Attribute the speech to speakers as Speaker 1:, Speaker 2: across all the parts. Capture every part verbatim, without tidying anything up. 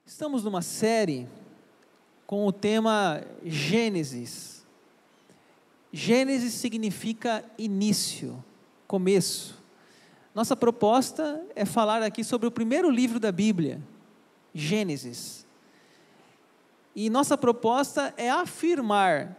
Speaker 1: Estamos numa série com o tema Gênesis. Gênesis significa início, começo. Nossa proposta é falar aqui sobre o primeiro livro da Bíblia, Gênesis. E nossa proposta é afirmar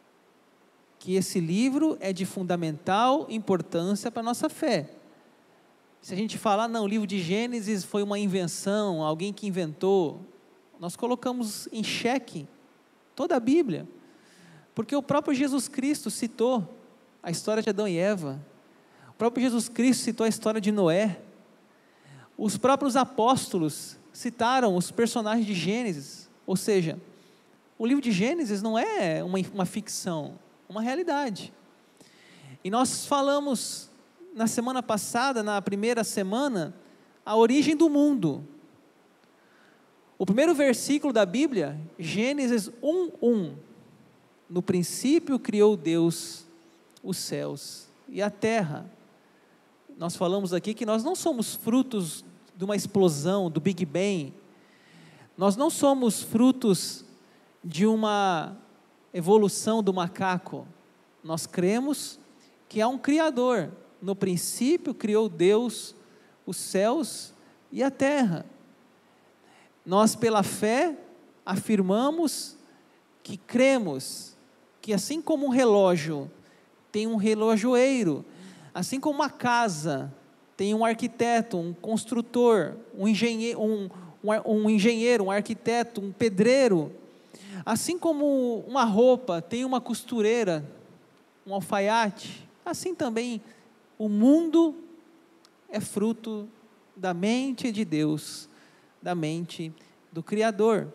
Speaker 1: que esse livro é de fundamental importância para a nossa fé. Se a gente falar, não, o livro de Gênesis foi uma invenção, alguém que inventou, nós colocamos em xeque toda a Bíblia, porque o próprio Jesus Cristo citou a história de Adão e Eva, o próprio Jesus Cristo citou a história de Noé, os próprios apóstolos citaram os personagens de Gênesis, ou seja, o livro de Gênesis não é uma, uma ficção, uma realidade. E nós falamos na semana passada, na primeira semana, a origem do mundo. O primeiro versículo da Bíblia, Gênesis um, um. No princípio criou Deus os céus e a terra. Nós falamos aqui que nós não somos frutos de uma explosão, do Big Bang. Nós não somos frutos de uma evolução do macaco. Nós cremos que há um Criador. No princípio criou Deus os céus e a terra. Nós, pela fé, afirmamos que cremos que assim como um relógio tem um relojoeiro, assim como uma casa tem um arquiteto, um construtor, um engenheiro, um, um, um engenheiro, um arquiteto, um pedreiro, assim como uma roupa tem uma costureira, um alfaiate, assim também o mundo é fruto da mente de Deus, da mente do Criador.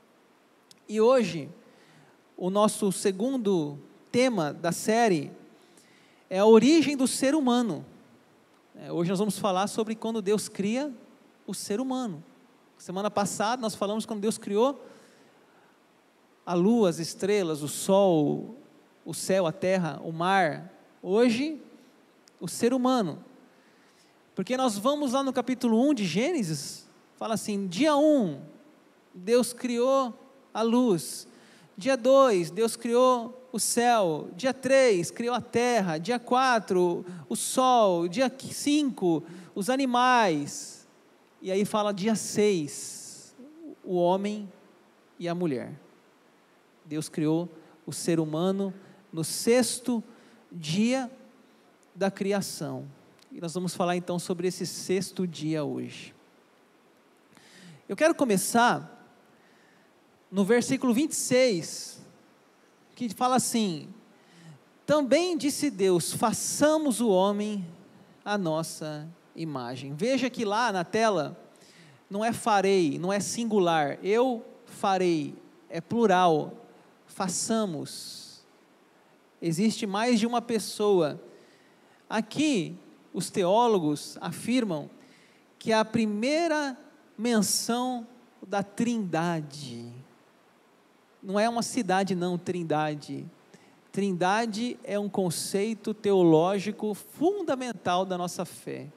Speaker 1: E hoje, o nosso segundo tema da série é a origem do ser humano. É, hoje nós vamos falar sobre quando Deus cria o ser humano. Semana passada nós falamos quando Deus criou a lua, as estrelas, o sol, o céu, a terra, o mar. Hoje, o ser humano, porque nós vamos lá no capítulo um de Gênesis, fala assim, dia um, Deus criou a luz, dia dois, Deus criou o céu, dia três, criou a terra, dia quatro, o sol, dia cinco, os animais, e aí fala dia seis, o homem e a mulher. Deus criou o ser humano no sexto dia da criação, e nós vamos falar então sobre esse sexto dia hoje. Eu quero começar no versículo vinte e seis, que fala assim, também disse Deus, façamos o homem à nossa imagem. Veja que lá na tela, não é farei, não é singular, eu farei, é plural, façamos, existe mais de uma pessoa. Aqui, os teólogos afirmam que a primeira menção da Trindade, não é uma cidade não, Trindade, Trindade é um conceito teológico fundamental da nossa fé,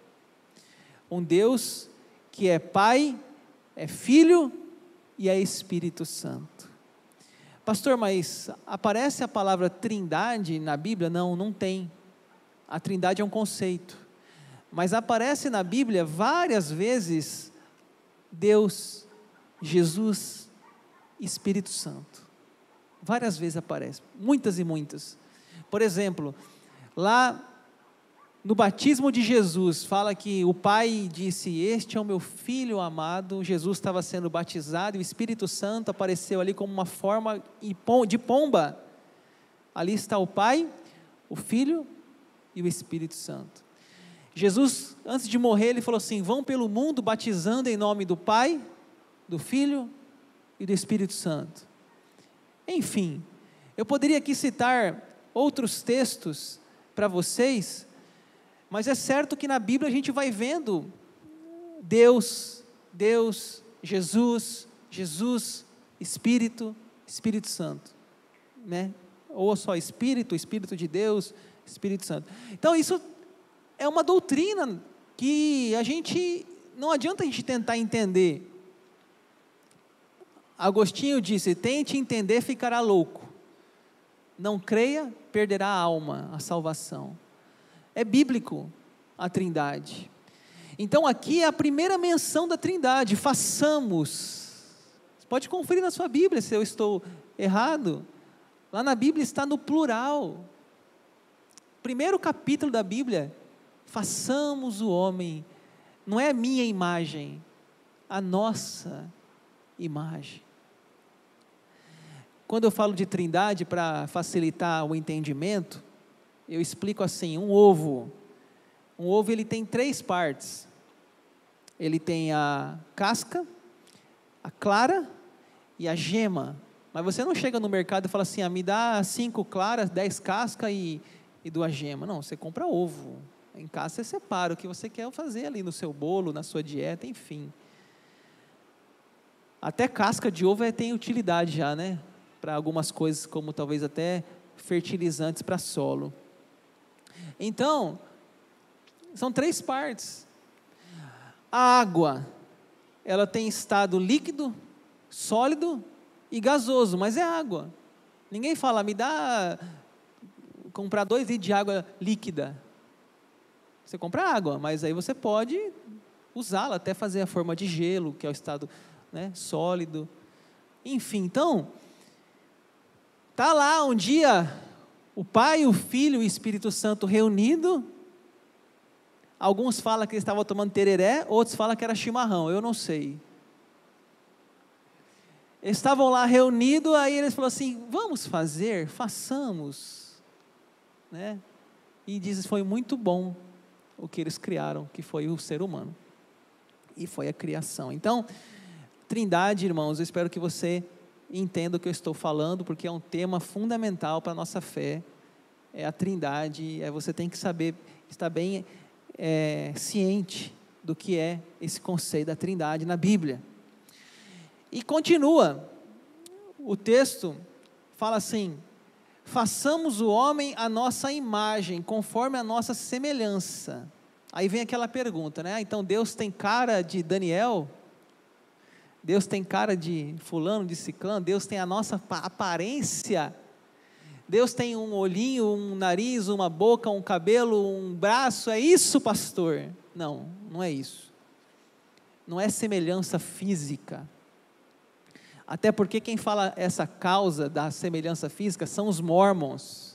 Speaker 1: um Deus que é Pai, é Filho e é Espírito Santo. Pastor, mas aparece a palavra Trindade na Bíblia? Não, não tem. A Trindade é um conceito, mas aparece na Bíblia várias vezes Deus, Jesus, Espírito Santo, várias vezes aparece, muitas e muitas. Por exemplo, lá no batismo de Jesus, fala que o Pai disse, este é o meu Filho amado, Jesus estava sendo batizado, e o Espírito Santo apareceu ali como uma forma de pomba, ali está o Pai, o Filho e o Espírito Santo. Jesus, antes de morrer, ele falou assim, vão pelo mundo batizando em nome do Pai, do Filho e do Espírito Santo. Enfim, eu poderia aqui citar outros textos para vocês, mas é certo que na Bíblia a gente vai vendo Deus, Deus, Jesus, Jesus, Espírito, Espírito Santo, né? Ou só Espírito, Espírito de Deus, Espírito Santo. Então isso é uma doutrina que a gente, não adianta a gente tentar entender, Agostinho disse: tente entender, ficará louco. Não creia, perderá a alma, a salvação. É bíblico a Trindade. Então aqui é a primeira menção da Trindade: façamos. Você pode conferir na sua Bíblia se eu estou errado. Lá na Bíblia está no plural. Primeiro capítulo da Bíblia: façamos o homem. Não é a minha imagem, a nossa imagem. Quando eu falo de Trindade, para facilitar o entendimento, eu explico assim: um ovo, um ovo ele tem três partes. Ele tem a casca, a clara e a gema. Mas você não chega no mercado e fala assim: ah, me dá cinco claras, dez cascas e, e duas gemas. Não, você compra ovo. Em casa você separa o que você quer fazer ali no seu bolo, na sua dieta, enfim. Até casca de ovo é, tem utilidade já, né? Para algumas coisas, como talvez até fertilizantes para solo. Então, são três partes. A água, ela tem estado líquido, sólido e gasoso, mas é água. Ninguém fala: me dá, comprar dois litros de água líquida. Você compra água, mas aí você pode usá-la até fazer a forma de gelo, que é o estado, né, sólido. Enfim, então, está lá um dia o Pai, o Filho e o Espírito Santo reunido. Alguns falam que eles estavam tomando tereré, outros falam que era chimarrão, eu não sei. Eles estavam lá reunidos, aí eles falaram assim: vamos fazer, façamos, né? E diz: foi muito bom o que eles criaram, que foi o ser humano, e foi a criação. Então, Trindade, irmãos, eu espero que você entenda o que eu estou falando, porque é um tema fundamental para a nossa fé, é a Trindade, é, você tem que saber, estar bem é, ciente do que é esse conceito da Trindade na Bíblia. E continua, o texto fala assim: façamos o homem à nossa imagem, conforme a nossa semelhança. Aí vem aquela pergunta, né? Então Deus tem cara de Daniel? Deus tem cara de fulano, de ciclano? Deus tem a nossa aparência? Deus tem um olhinho, um nariz, uma boca, um cabelo, um braço? É isso, pastor? Não, não é isso. Não é semelhança física. Até porque quem fala essa causa da semelhança física são os mormons.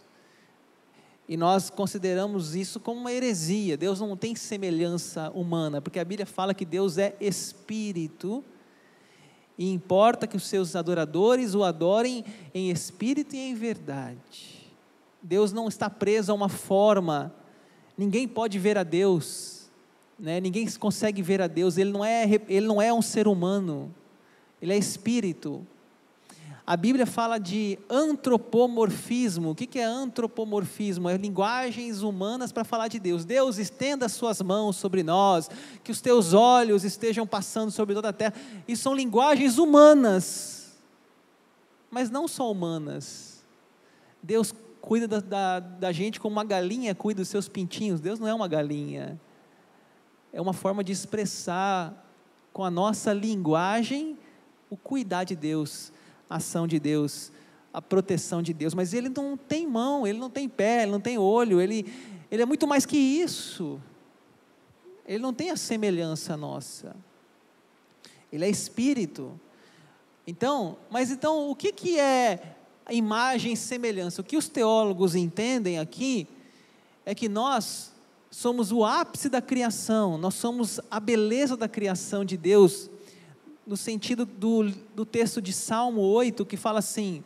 Speaker 1: E nós consideramos isso como uma heresia. Deus não tem semelhança humana, porque a Bíblia fala que Deus é espírito, e importa que os seus adoradores o adorem em espírito e em verdade. Deus não está preso a uma forma. Ninguém pode ver a Deus, né? Ninguém consegue ver a Deus. Ele não é, ele não é um ser humano. Ele é espírito. A Bíblia fala de antropomorfismo. O que é antropomorfismo? É linguagens humanas para falar de Deus. Deus, estenda as suas mãos sobre nós, que os teus olhos estejam passando sobre toda a terra. Isso são linguagens humanas, mas não só humanas. Deus cuida da, da, da gente como uma galinha cuida dos seus pintinhos. Deus não é uma galinha. É uma forma de expressar com a nossa linguagem o cuidar de Deus, a ação de Deus, a proteção de Deus. Mas ele não tem mão, ele não tem pé, ele não tem olho, ele, ele é muito mais que isso. Ele não tem a semelhança nossa. Ele é espírito. Então, mas então o que, que é a imagem e semelhança? O que os teólogos entendem aqui é que nós somos o ápice da criação, nós somos a beleza da criação de Deus, no sentido do, do texto de Salmo oito, que fala assim: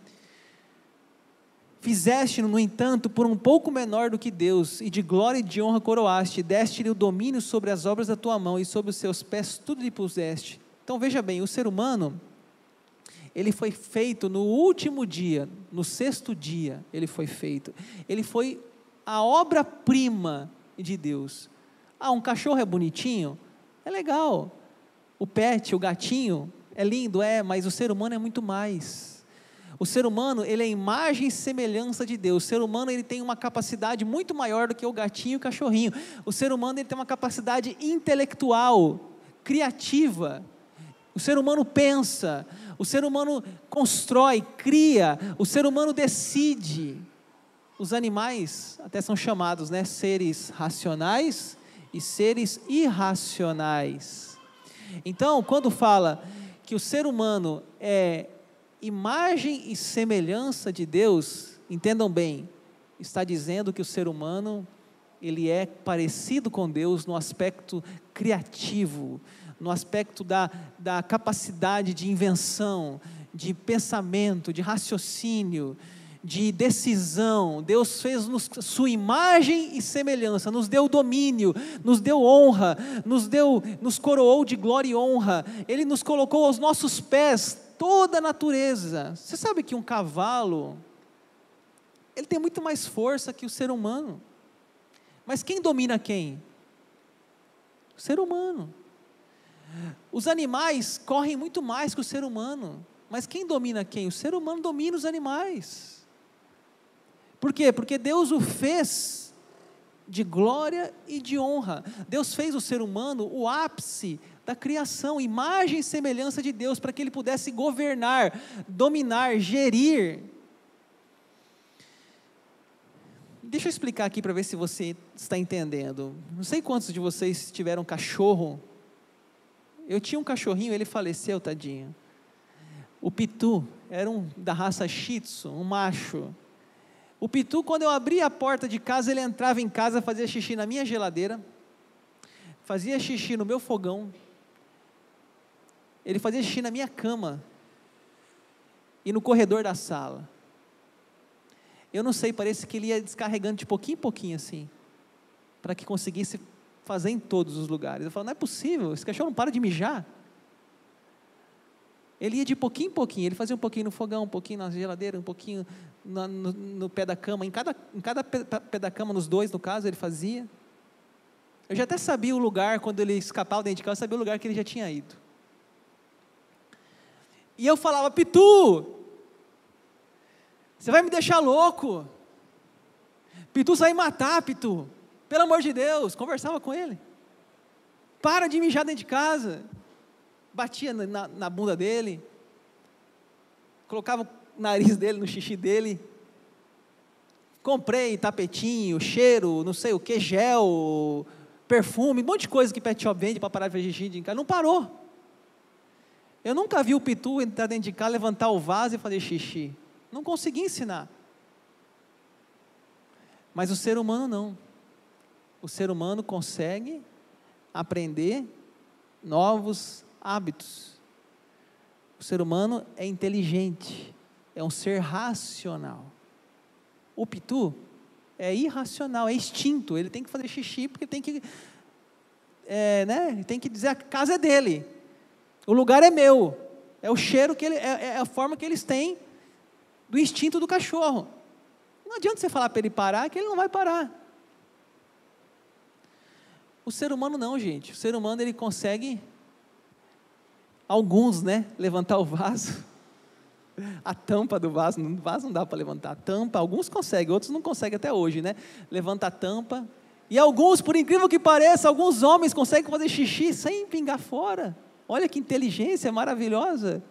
Speaker 1: fizeste-no, no entanto, por um pouco menor do que Deus, e de glória e de honra coroaste, deste-lhe o domínio sobre as obras da tua mão, e sobre os seus pés tudo lhe puseste. Então veja bem, o ser humano, ele foi feito no último dia, no sexto dia, ele foi feito, ele foi a obra-prima de Deus. Ah, um cachorro é bonitinho? É legal. O pet, o gatinho, é lindo, é, mas o ser humano é muito mais. O ser humano, ele é imagem e semelhança de Deus. O ser humano, ele tem uma capacidade muito maior do que o gatinho e o cachorrinho. O ser humano, ele tem uma capacidade intelectual, criativa, O ser humano pensa, o ser humano constrói, cria, o ser humano decide. Os animais até são chamados, né, seres racionais e seres irracionais. Então, quando fala que o ser humano é imagem e semelhança de Deus, entendam bem, está dizendo que o ser humano, ele é parecido com Deus no aspecto criativo, no aspecto da, da capacidade de invenção, de pensamento, de raciocínio, de decisão. Deus fez nos sua imagem e semelhança, nos deu domínio, nos deu honra, nos deu, nos coroou de glória e honra. Ele nos colocou aos nossos pés toda a natureza. Você sabe que um cavalo, ele tem muito mais força que o ser humano. Mas quem domina quem? O ser humano. Os animais correm muito mais que o ser humano. Mas quem domina quem? O ser humano domina os animais. Por quê? Porque Deus o fez de glória e de honra. Deus fez o ser humano o ápice da criação, imagem e semelhança de Deus, para que ele pudesse governar, dominar, gerir. Deixa eu explicar aqui para ver se você está entendendo. Não sei quantos de vocês tiveram cachorro. Eu tinha um cachorrinho, ele faleceu, tadinho. O Pitu, era um da raça Shih Tzu, um macho. O Pitu, quando eu abria a porta de casa, ele entrava em casa, fazia xixi na minha geladeira, fazia xixi no meu fogão, ele fazia xixi na minha cama e no corredor da sala. Eu não sei, parece que ele ia descarregando de pouquinho em pouquinho assim, para que conseguisse fazer em todos os lugares. Eu falo, não é possível, esse cachorro não para de mijar. Ele ia de pouquinho em pouquinho, ele fazia um pouquinho no fogão, um pouquinho na geladeira, um pouquinho no, no, no pé da cama, em cada, em cada pé, pé da cama, nos dois no caso, ele fazia. Eu já até sabia o lugar, quando ele escapava dentro de casa, eu sabia o lugar que ele já tinha ido. E eu falava, Pitu, você vai me deixar louco, Pitu, você vai me matar, Pitu, pelo amor de Deus. Conversava com ele, para de mijar dentro de casa, batia na, na bunda dele, colocava o nariz dele no xixi dele, comprei tapetinho, cheiro, não sei o que, gel, perfume, um monte de coisa que Pet Shop vende para parar de fazer xixi em casa, não parou. Eu nunca vi o Pitu entrar dentro de casa, levantar o vaso e fazer xixi, não consegui ensinar. Mas o ser humano não, o ser humano consegue aprender novos hábitos. O ser humano é inteligente, é um ser racional. O Pitu é irracional, é instinto, ele tem que fazer xixi porque tem que, é, né, tem que dizer a casa é dele, o lugar é meu, é o cheiro que ele, é, é a forma que eles têm do instinto do cachorro. Não adianta você falar para ele parar, que ele não vai parar. O ser humano não, gente, o ser humano ele consegue, alguns, né, levantar o vaso, a tampa do vaso, o vaso não dá para levantar, a tampa, alguns conseguem, outros não conseguem até hoje, né, levanta a tampa, e alguns, por incrível que pareça, alguns homens conseguem fazer xixi sem pingar fora. Olha que inteligência maravilhosa.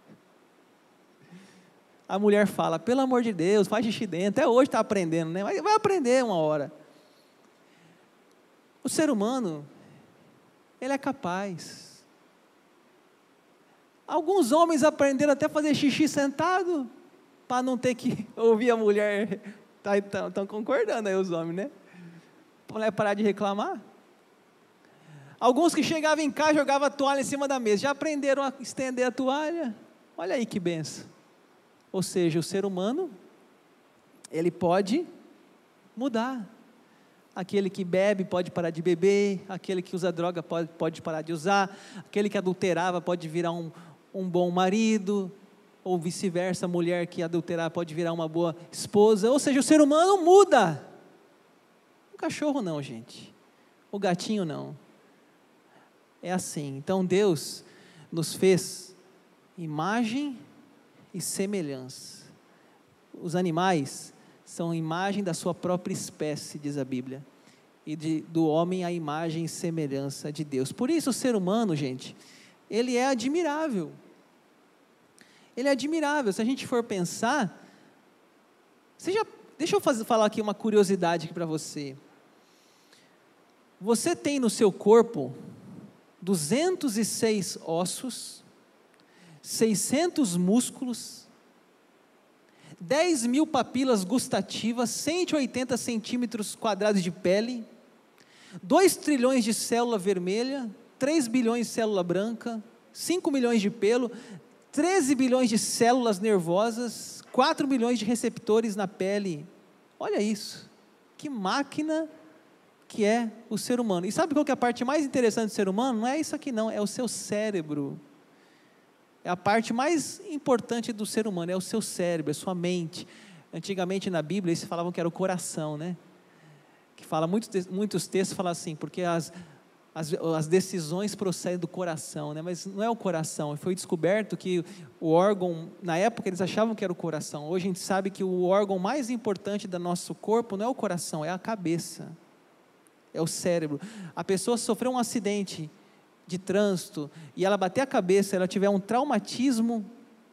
Speaker 1: A mulher fala, pelo amor de Deus, faz xixi dentro, até hoje está aprendendo, né? Vai aprender uma hora. O ser humano, ele é capaz. Alguns homens aprenderam até a fazer xixi sentado, para não ter que ouvir a mulher. Estão tá, concordando aí os homens, né? Para a mulher parar de reclamar. Alguns que chegavam em casa, jogavam a toalha em cima da mesa, já aprenderam a estender a toalha. Olha aí que benção. Ou seja, o ser humano, ele pode mudar. Aquele que bebe pode parar de beber, aquele que usa droga pode, pode parar de usar, aquele que adulterava pode virar um, um bom marido, ou vice-versa, a mulher que adulterar pode virar uma boa esposa. Ou seja, o ser humano muda. O cachorro não, gente. O gatinho não. É assim. Então Deus nos fez imagem e semelhança. Os animais são imagem da sua própria espécie, diz a Bíblia, e de, do homem a imagem e semelhança de Deus. Por isso o ser humano, gente, ele é admirável. Ele é admirável. Se a gente for pensar, você já, deixa eu fazer, falar aqui uma curiosidade aqui para você. Você tem no seu corpo duzentos e seis ossos, seiscentos músculos, dez mil papilas gustativas, cento e oitenta centímetros quadrados de pele, dois trilhões de célula vermelha, três bilhões de célula branca, cinco milhões de pelo, treze bilhões de células nervosas, quatro milhões de receptores na pele. Olha isso, que máquina que é o ser humano. E sabe qual que é a parte mais interessante do ser humano? Não é isso aqui não, é o seu cérebro. É a parte mais importante do ser humano, é o seu cérebro, é a sua mente. Antigamente na Bíblia eles falavam que era o coração, né? Que fala, muitos, muitos textos falam assim, porque as, as, as decisões procedem do coração, né? Mas não é o coração. Foi descoberto que o órgão, na época eles achavam que era o coração. Hoje a gente sabe que o órgão mais importante do nosso corpo não é o coração, é a cabeça. É o cérebro. A pessoa sofreu um acidente de trânsito e ela bater a cabeça, ela tiver um traumatismo,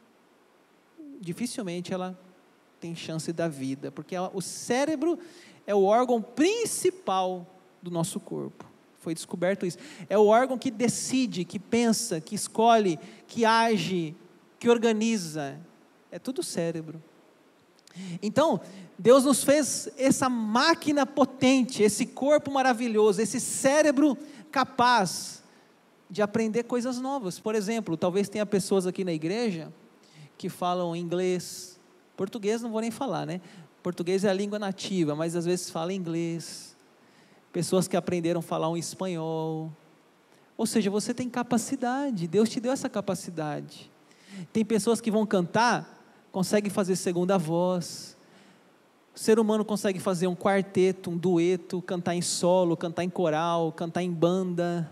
Speaker 1: dificilmente ela tem chance da vida, porque ela, o cérebro é o órgão principal do nosso corpo. Foi descoberto isso. É o órgão que decide, que pensa, que escolhe, que age, que organiza. É tudo o cérebro. Então, Deus nos fez essa máquina potente, esse corpo maravilhoso, esse cérebro capaz de aprender coisas novas. Por exemplo, talvez tenha pessoas aqui na igreja que falam inglês, português não vou nem falar, né? Português é a língua nativa, mas às vezes fala inglês. Pessoas que aprenderam a falar um espanhol. Ou seja, você tem capacidade, Deus te deu essa capacidade. Tem pessoas que vão cantar, consegue fazer segunda voz. O ser humano consegue fazer um quarteto, um dueto, cantar em solo, cantar em coral, cantar em banda.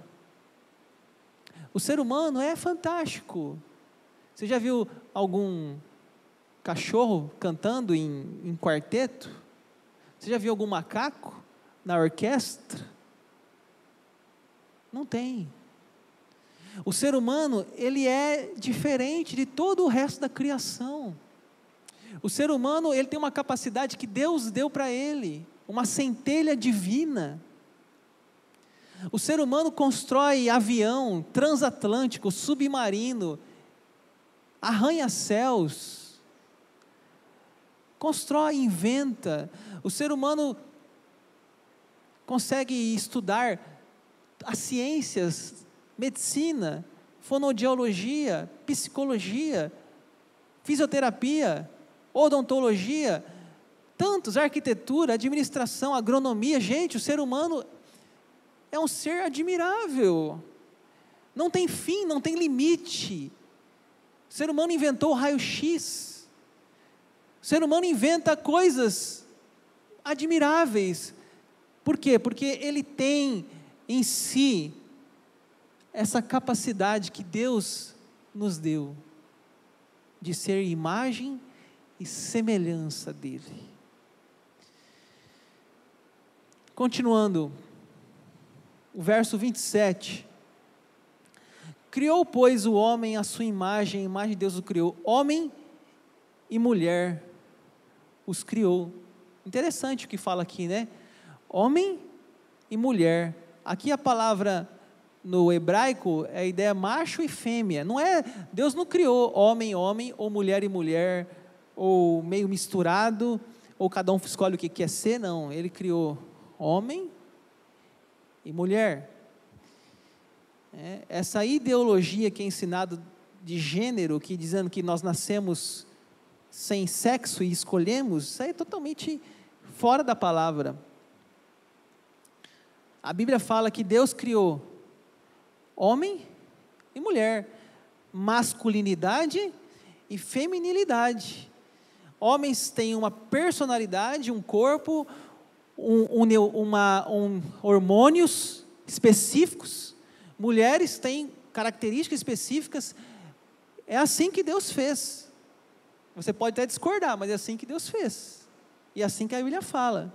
Speaker 1: O ser humano é fantástico. Você já viu algum cachorro cantando em, em quarteto? Você já viu algum macaco na orquestra? Não tem. O ser humano, ele é diferente de todo o resto da criação. O ser humano, ele tem uma capacidade que Deus deu para ele, uma centelha divina. O ser humano constrói avião transatlântico, submarino, arranha-céus, constrói, inventa. O ser humano consegue estudar as ciências, medicina, fonoaudiologia, psicologia, fisioterapia, odontologia, tantos, arquitetura, administração, agronomia. Gente, o ser humano é um ser admirável, não tem fim, não tem limite. O ser humano inventou o raio-x, o ser humano inventa coisas admiráveis. Por quê? Porque ele tem em si essa capacidade que Deus nos deu, de ser imagem e semelhança dele. Continuando, o verso vinte e sete, criou, pois, o homem à sua imagem, a imagem de Deus o criou, homem e mulher os criou. Interessante o que fala aqui, né? Homem e mulher. Aqui a palavra no hebraico é a ideia macho e fêmea. Não é, Deus não criou homem e homem, ou mulher e mulher, ou meio misturado, ou cada um escolhe o que quer ser. Não, ele criou homem e mulher. É, essa ideologia que é ensinada de gênero, que dizendo que nós nascemos sem sexo e escolhemos, isso aí é totalmente fora da palavra. A Bíblia fala que Deus criou homem e mulher, masculinidade e feminilidade. Homens têm uma personalidade, um corpo, um, um, uma, um, hormônios específicos. Mulheres têm características específicas. É assim que Deus fez. Você pode até discordar, mas é assim que Deus fez. E é assim que a Bíblia fala.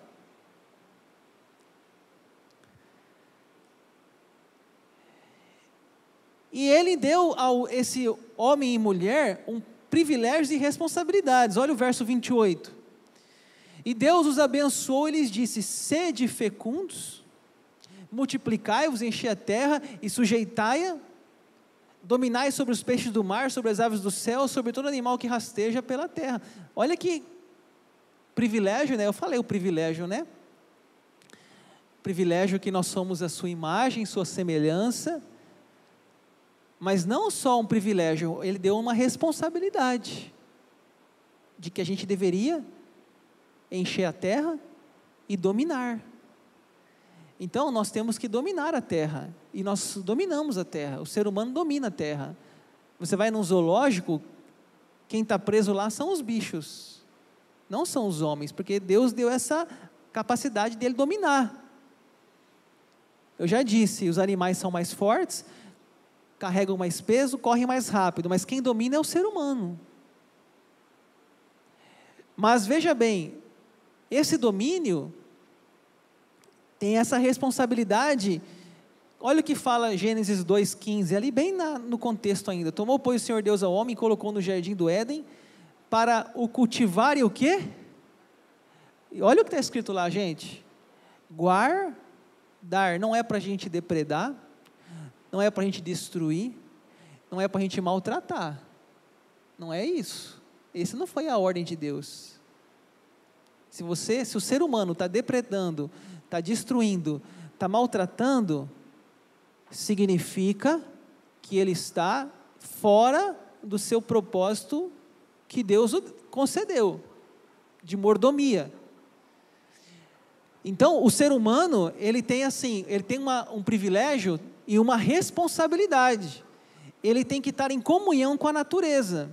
Speaker 1: E Ele deu a esse homem e mulher um privilégio e responsabilidades. Olha o verso vinte e oito. E Deus os abençoou e lhes disse: sede fecundos, multiplicai-vos, enchei a terra e sujeitai-a, dominai sobre os peixes do mar, sobre as aves do céu, sobre todo animal que rasteja pela terra. Olha que privilégio, né? Eu falei o privilégio, né? Privilégio que nós somos a sua imagem, sua semelhança, mas não só um privilégio, Ele deu uma responsabilidade, de que a gente deveria encher a terra e dominar. Então nós temos que dominar a terra, e nós dominamos a terra, o ser humano domina a terra. Você vai num zoológico, quem está preso lá são os bichos, não são os homens, porque Deus deu essa capacidade dele dominar. Eu já disse, os animais são mais fortes, carregam mais peso, correm mais rápido, mas quem domina é o ser humano. Mas veja bem, esse domínio tem essa responsabilidade. Olha o que fala Gênesis dois, quinze, ali bem na, no contexto ainda. Tomou, pois, o Senhor Deus ao homem e colocou no jardim do Éden, para o cultivar e o quê? E olha o que está escrito lá, gente. Guardar, não é para a gente depredar, não é para a gente destruir, não é para a gente maltratar, não é isso. Essa não foi a ordem de Deus. Se você, se o ser humano está depredando, está destruindo, está maltratando, significa que ele está fora do seu propósito que Deus o concedeu, de mordomia. Então, o ser humano, ele tem assim, ele tem uma, um privilégio e uma responsabilidade. Ele tem que estar em comunhão com a natureza.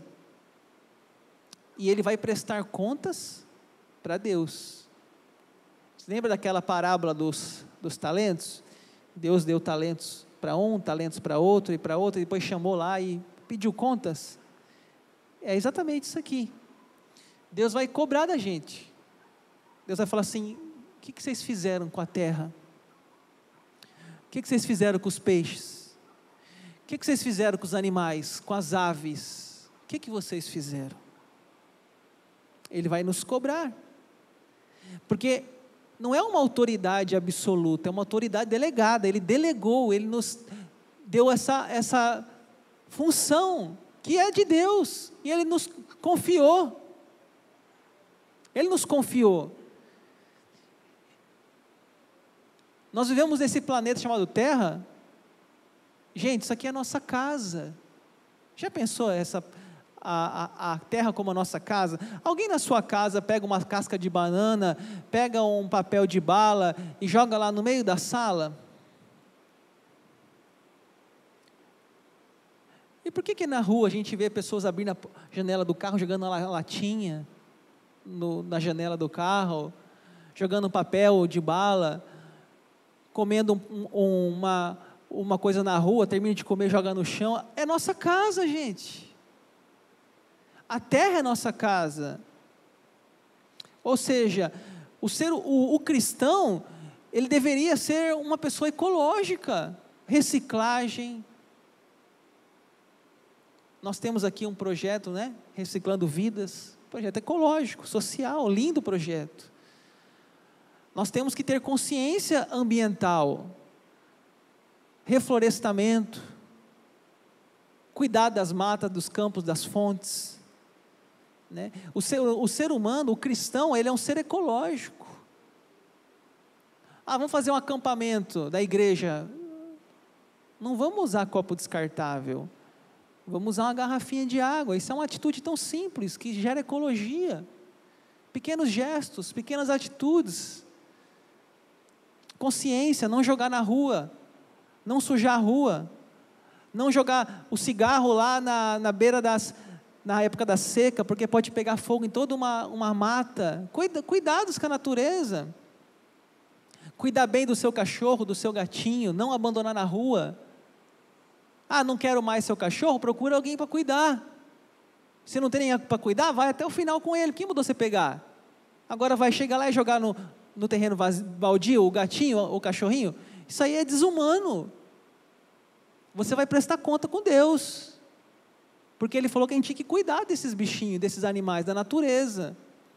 Speaker 1: E ele vai prestar contas para Deus. Você lembra daquela parábola dos, dos talentos? Deus deu talentos para um, talentos para outro e para outro, e depois chamou lá e pediu contas. É exatamente isso aqui. Deus vai cobrar da gente. Deus vai falar assim: o que, que vocês fizeram com a terra? O que, que vocês fizeram com os peixes? O que, que vocês fizeram com os animais, com as aves? O que, que vocês fizeram? Ele vai nos cobrar, porque não é uma autoridade absoluta, é uma autoridade delegada. Ele delegou, Ele nos deu essa, essa função, que é de Deus, e Ele nos confiou, Ele nos confiou. Nós vivemos nesse planeta chamado Terra. Gente, isso aqui é a nossa casa. Já pensou essa, a, a, a terra como a nossa casa? Alguém na sua casa pega uma casca de banana, pega um papel de bala e joga lá no meio da sala? E por que que na rua a gente vê pessoas abrindo a janela do carro, jogando a latinha no, na janela do carro, jogando papel de bala, comendo um, um, uma, uma coisa na rua, termina de comer e joga no chão? É nossa casa, gente. A terra é nossa casa. Ou seja, o, ser, o, o cristão, ele deveria ser uma pessoa ecológica, reciclagem. Nós temos aqui um projeto, né? Reciclando Vidas, projeto ecológico, social, lindo projeto. Nós temos que ter consciência ambiental, reflorestamento, cuidar das matas, dos campos, das fontes, né? O ser, o ser humano, o cristão, ele é um ser ecológico. Ah, vamos fazer um acampamento da igreja. Não vamos usar copo descartável, vamos usar uma garrafinha de água. Isso é uma atitude tão simples, que gera ecologia. Pequenos gestos, pequenas atitudes. Consciência, não jogar na rua, não sujar a rua, não jogar o cigarro lá na, na beira das, na época da seca, porque pode pegar fogo em toda uma, uma mata. Cuida, cuidados com a natureza, cuidar bem do seu cachorro, do seu gatinho, não abandonar na rua. Ah, não quero mais seu cachorro, procura alguém para cuidar. Se não tem ninguém para cuidar, vai até o final com ele. Quem mandou você pegar? Agora vai chegar lá e jogar no, no terreno baldio, o gatinho, o cachorrinho? Isso aí é desumano. você vai prestar conta com Deus, porque Ele falou que a gente tinha que cuidar desses bichinhos, desses animais, da natureza.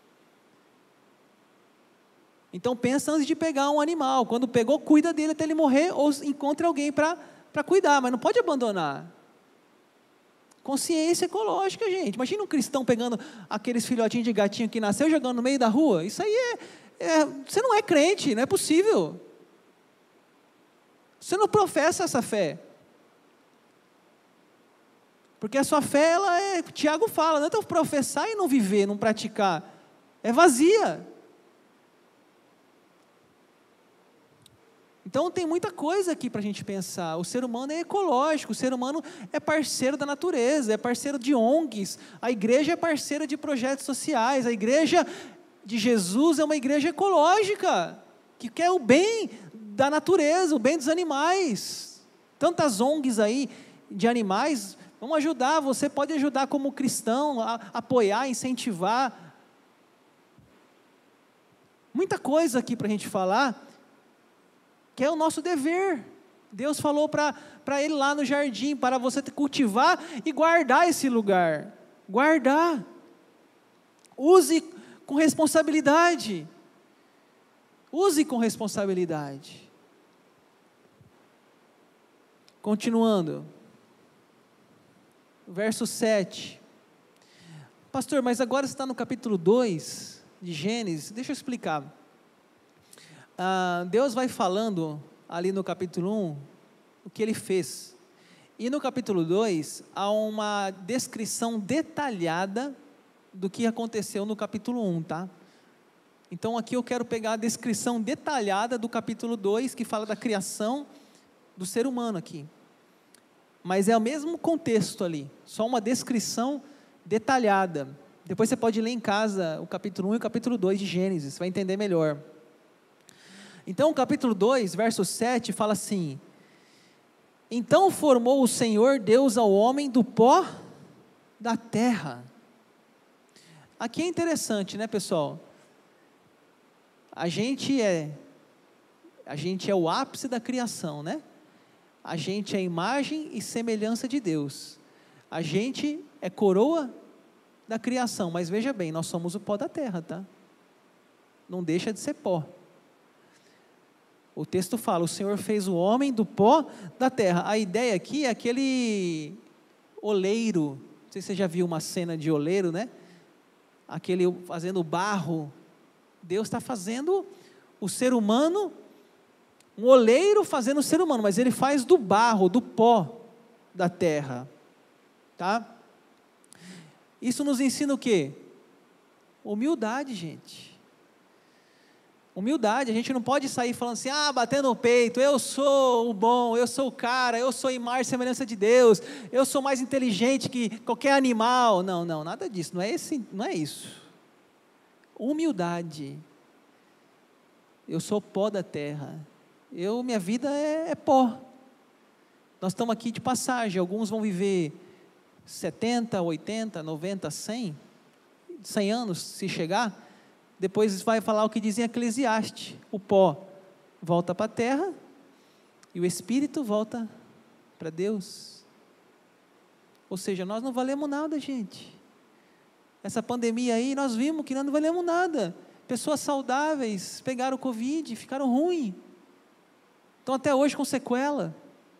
Speaker 1: Então pensa antes de pegar um animal, quando pegou, cuida dele até ele morrer, ou encontre alguém para para cuidar, mas não pode abandonar. Consciência ecológica, gente. Imagina um cristão pegando aqueles filhotinhos de gatinho que nasceu e jogando no meio da rua. Isso aí é, é, você não é crente, não é possível. Você não professa essa fé. Porque a sua fé, ela é, Tiago fala, não é tão professar e não viver, não praticar. É vazia. Então tem muita coisa aqui para a gente pensar. O ser humano é ecológico, o ser humano é parceiro da natureza, é parceiro de O N Gs, a igreja é parceira de projetos sociais, a igreja de Jesus é uma igreja ecológica, que quer o bem da natureza, o bem dos animais. Tantas O N Gs aí de animais, vamos ajudar, você pode ajudar como cristão, a apoiar, incentivar. Muita coisa aqui para a gente falar, que é o nosso dever. Deus falou para ele lá no jardim, para você cultivar e guardar esse lugar. Guardar. Use com responsabilidade. Use com responsabilidade. Continuando. Verso sete. Pastor, mas agora você está no capítulo dois de Gênesis. Deixa eu explicar. Ah, Deus vai falando ali no capítulo um o que Ele fez, e no capítulo dois há uma descrição detalhada do que aconteceu no capítulo um, tá? Então aqui eu quero pegar a descrição detalhada do capítulo dois, que fala da criação do ser humano aqui, mas é o mesmo contexto ali, só uma descrição detalhada. Depois você pode ler em casa o capítulo um e o capítulo dois de Gênesis, você vai entender melhor. Então o capítulo dois, verso sete, fala assim: então formou o Senhor Deus ao homem do pó da terra. Aqui é interessante, né, pessoal? A gente é, a gente é o ápice da criação, né? A gente é a imagem e semelhança de Deus. A gente é coroa da criação, mas veja bem, nós somos o pó da terra, tá? Não deixa de ser pó. O texto fala, o Senhor fez o homem do pó da terra. A ideia aqui é aquele oleiro, não sei se você já viu uma cena de oleiro, né? Aquele fazendo barro. Deus está fazendo o ser humano, um oleiro fazendo o ser humano, mas Ele faz do barro, do pó da terra, tá? Isso nos ensina o quê? Humildade, gente. Humildade. A gente não pode sair falando assim, ah, batendo no peito, eu sou o bom, eu sou o cara, eu sou a imagem e semelhança de Deus, eu sou mais inteligente que qualquer animal. Não, não, nada disso, não é, esse, não é isso. Humildade. Eu sou pó da terra, eu, minha vida é, é pó. Nós estamos aqui de passagem, alguns vão viver setenta, oitenta, noventa, cem, cem anos, se chegar. Depois vai falar o que diz em Eclesiastes, o pó volta para a terra e o espírito volta para Deus. Ou seja, nós não valemos nada, gente. Essa pandemia aí, nós vimos que nós não valemos nada. Pessoas saudáveis pegaram o Covid, ficaram ruins, estão até hoje com sequela.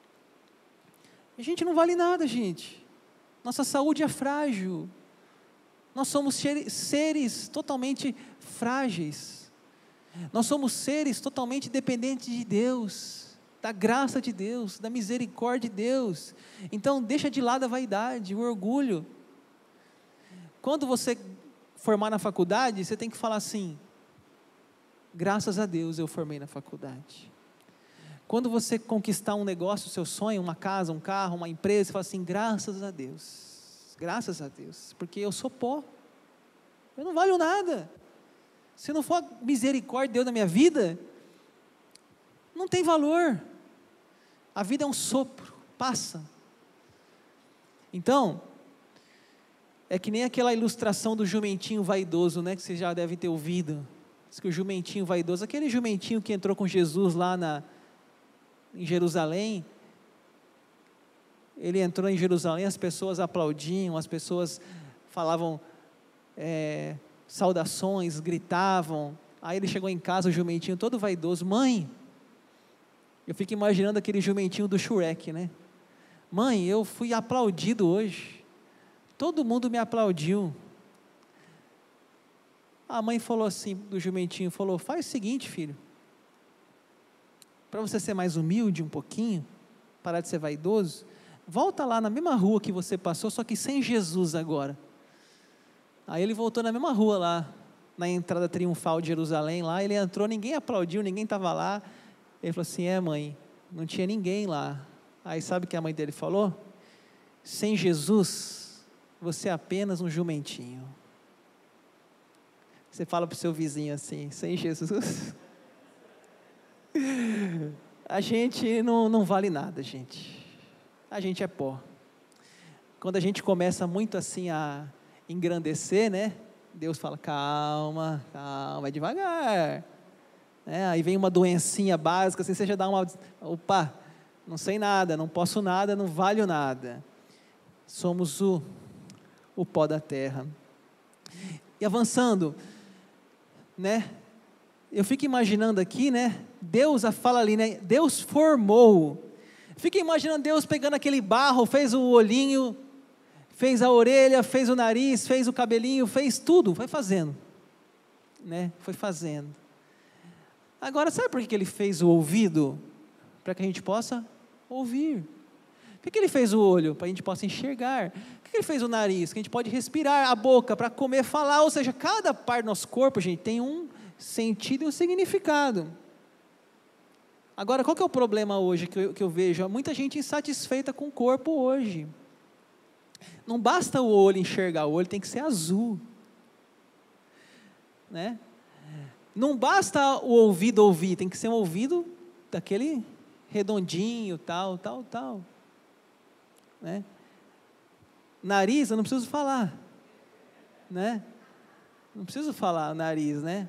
Speaker 1: A gente não vale nada, gente. Nossa saúde é frágil. Nós somos seres totalmente frágeis. Nós somos seres totalmente dependentes de Deus, da graça de Deus, da misericórdia de Deus. Então, deixa de lado a vaidade, o orgulho. Quando você formar na faculdade, você tem que falar assim, graças a Deus eu formei na faculdade. Quando você conquistar um negócio, o seu sonho, uma casa, um carro, uma empresa, você fala assim, graças a Deus, graças a Deus, porque eu sou pó, eu não valho nada. Se não for a misericórdia de Deus na minha vida, não tem valor. A vida é um sopro, passa. Então, é que nem aquela ilustração do jumentinho vaidoso, né, que vocês já devem ter ouvido. Diz que o jumentinho vaidoso, aquele jumentinho que entrou com Jesus lá na, em Jerusalém, ele entrou em Jerusalém, as pessoas aplaudiam, as pessoas falavam é, saudações, gritavam. Aí ele chegou em casa, o jumentinho todo vaidoso, mãe, eu fico imaginando aquele jumentinho do Shrek, né? Mãe, eu fui aplaudido hoje, todo mundo me aplaudiu. A mãe falou assim, do jumentinho, falou, faz o seguinte, filho, para você ser mais humilde um pouquinho, parar de ser vaidoso, volta lá na mesma rua que você passou, só que sem Jesus agora. Aí ele voltou na mesma rua lá, na entrada triunfal de Jerusalém, lá, ele entrou, ninguém aplaudiu, ninguém estava lá. Ele falou assim, é mãe, não tinha ninguém lá. Aí sabe o que a mãe dele falou? Sem Jesus, você é apenas um jumentinho. Você fala para o seu vizinho assim, sem Jesus, a gente não, não vale nada, gente. A gente é pó. Quando a gente começa muito assim a engrandecer, né? Deus fala, calma, calma, é devagar. É, aí vem uma doencinha básica, assim, você já dá uma, opa, não sei nada, não posso nada, não valho nada. Somos o, o pó da terra. E avançando, né? Eu fico imaginando aqui, né? Deus fala ali, né? Deus formou. Fica imaginando Deus pegando aquele barro, fez o olhinho, fez a orelha, fez o nariz, fez o cabelinho, fez tudo, foi fazendo, né? Foi fazendo. Agora, sabe por que ele fez o ouvido? Para que a gente possa ouvir. Por que ele fez o olho? Para que a gente possa enxergar. Por que ele fez o nariz? Que a gente pode respirar, a boca, para comer, falar. Ou seja, cada parte do nosso corpo, gente, tem um sentido e um significado. Agora, qual que é o problema hoje que eu, que eu vejo? Há muita gente insatisfeita com o corpo hoje. Não basta o olho enxergar, o olho tem que ser azul. Né? Não basta o ouvido ouvir, tem que ser um ouvido daquele redondinho, tal, tal, tal. Né? Nariz, eu não preciso falar. Né? Não preciso falar nariz, né?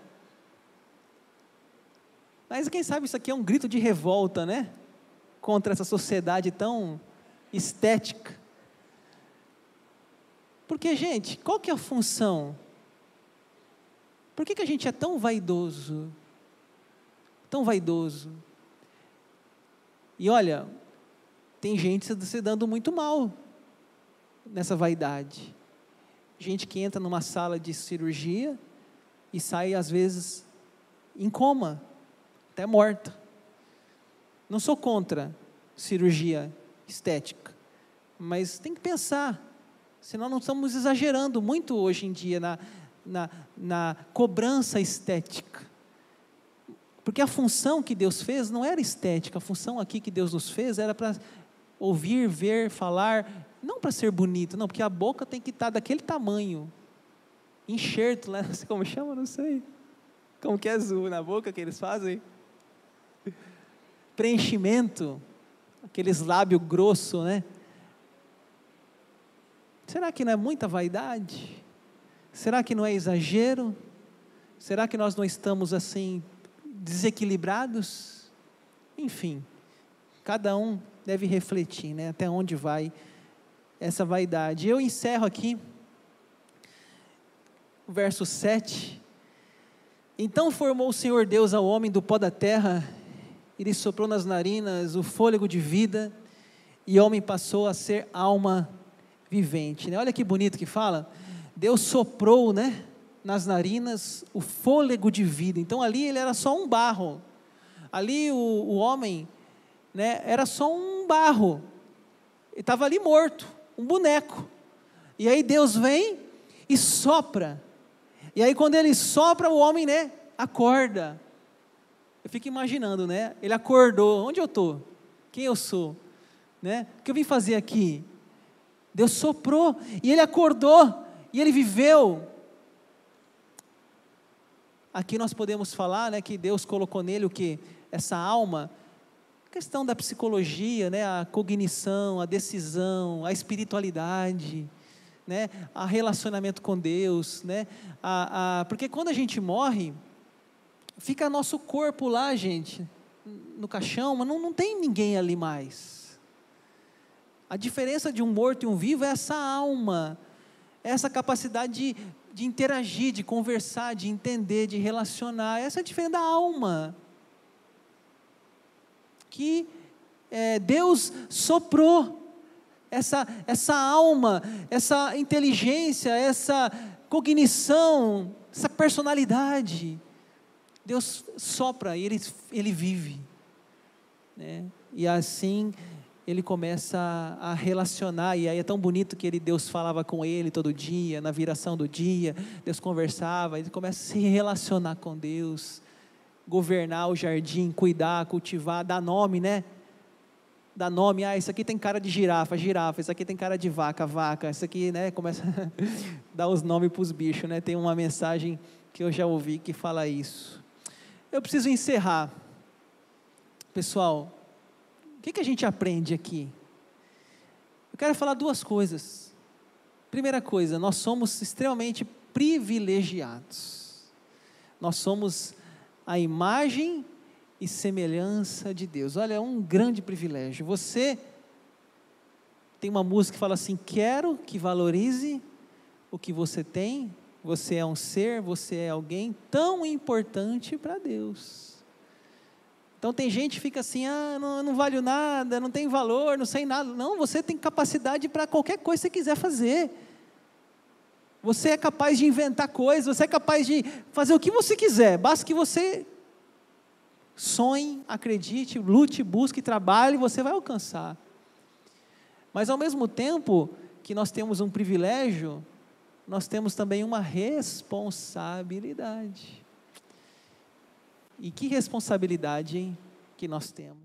Speaker 1: Mas quem sabe isso aqui é um grito de revolta, né? Contra essa sociedade tão estética. Porque, gente, qual que é a função? Por que que a gente é tão vaidoso? Tão vaidoso. E olha, tem gente se dando muito mal nessa vaidade. Gente que entra numa sala de cirurgia e sai, às vezes, em coma, até morta. Não sou contra cirurgia estética, mas tem que pensar, senão não estamos exagerando muito hoje em dia na, na, na cobrança estética. Porque a função que Deus fez não era estética, a função aqui que Deus nos fez era para ouvir, ver, falar, não para ser bonito, não, porque a boca tem que estar daquele tamanho, enxerto, né? Não sei como chama, não sei, como que é azul na boca que eles fazem, preenchimento, aqueles lábios grossos, né? Será que não é muita vaidade? Será que não é exagero? Será que nós não estamos assim, desequilibrados? Enfim, cada um deve refletir, né? Até onde vai essa vaidade. Eu encerro aqui o verso sete. Então formou o Senhor Deus ao homem do pó da terra, e lhe soprou nas narinas o fôlego de vida, e o homem passou a ser alma vivente, né? Olha que bonito que fala, Deus soprou, né, nas narinas o fôlego de vida. Então ali ele era só um barro, ali o, o homem, né, era só um barro, ele estava ali morto, um boneco, e aí Deus vem e sopra, e aí quando ele sopra, o homem, né, acorda. Eu fico imaginando, né, ele acordou, onde eu estou? Quem eu sou? Né? O que eu vim fazer aqui? Deus soprou, e ele acordou, e ele viveu. Aqui nós podemos falar, né, que Deus colocou nele o que? Essa alma, questão da psicologia, né, a cognição, a decisão, a espiritualidade, né, a relacionamento com Deus, né, a, a, porque quando a gente morre, fica nosso corpo lá, gente, no caixão, mas não, não tem ninguém ali mais. A diferença de um morto e um vivo é essa alma, essa capacidade de, de interagir, de conversar, de entender, de relacionar. Essa é a diferença da alma. Que é, Deus soprou essa, essa alma, essa inteligência, essa cognição, essa personalidade. Deus sopra e Ele, ele vive, né? E assim ele começa a, a relacionar, e aí é tão bonito que ele, Deus falava com ele todo dia, na viração do dia, Deus conversava, ele começa a se relacionar com Deus, governar o jardim, cuidar, cultivar, dar nome, né? Dar nome, ah, isso aqui tem cara de girafa, girafa, isso aqui tem cara de vaca, vaca, isso aqui, né, começa a dar os nomes para os bichos, né? Tem uma mensagem que eu já ouvi que fala isso. Eu preciso encerrar. Pessoal, o que, que a gente aprende aqui? Eu quero falar duas coisas. Primeira coisa, nós somos extremamente privilegiados. Nós somos a imagem e semelhança de Deus. Olha, é um grande privilégio. Você tem uma música que fala assim: quero que valorize o que você tem. Você é um ser, você é alguém tão importante para Deus. Então tem gente que fica assim: ah, não, não valho nada, não tenho valor, não sei nada. Não, você tem capacidade para qualquer coisa que você quiser fazer. Você é capaz de inventar coisas, você é capaz de fazer o que você quiser, basta que você sonhe, acredite, lute, busque, trabalhe, você vai alcançar. Mas ao mesmo tempo que nós temos um privilégio, nós temos também uma responsabilidade. E que responsabilidade, hein, que nós temos.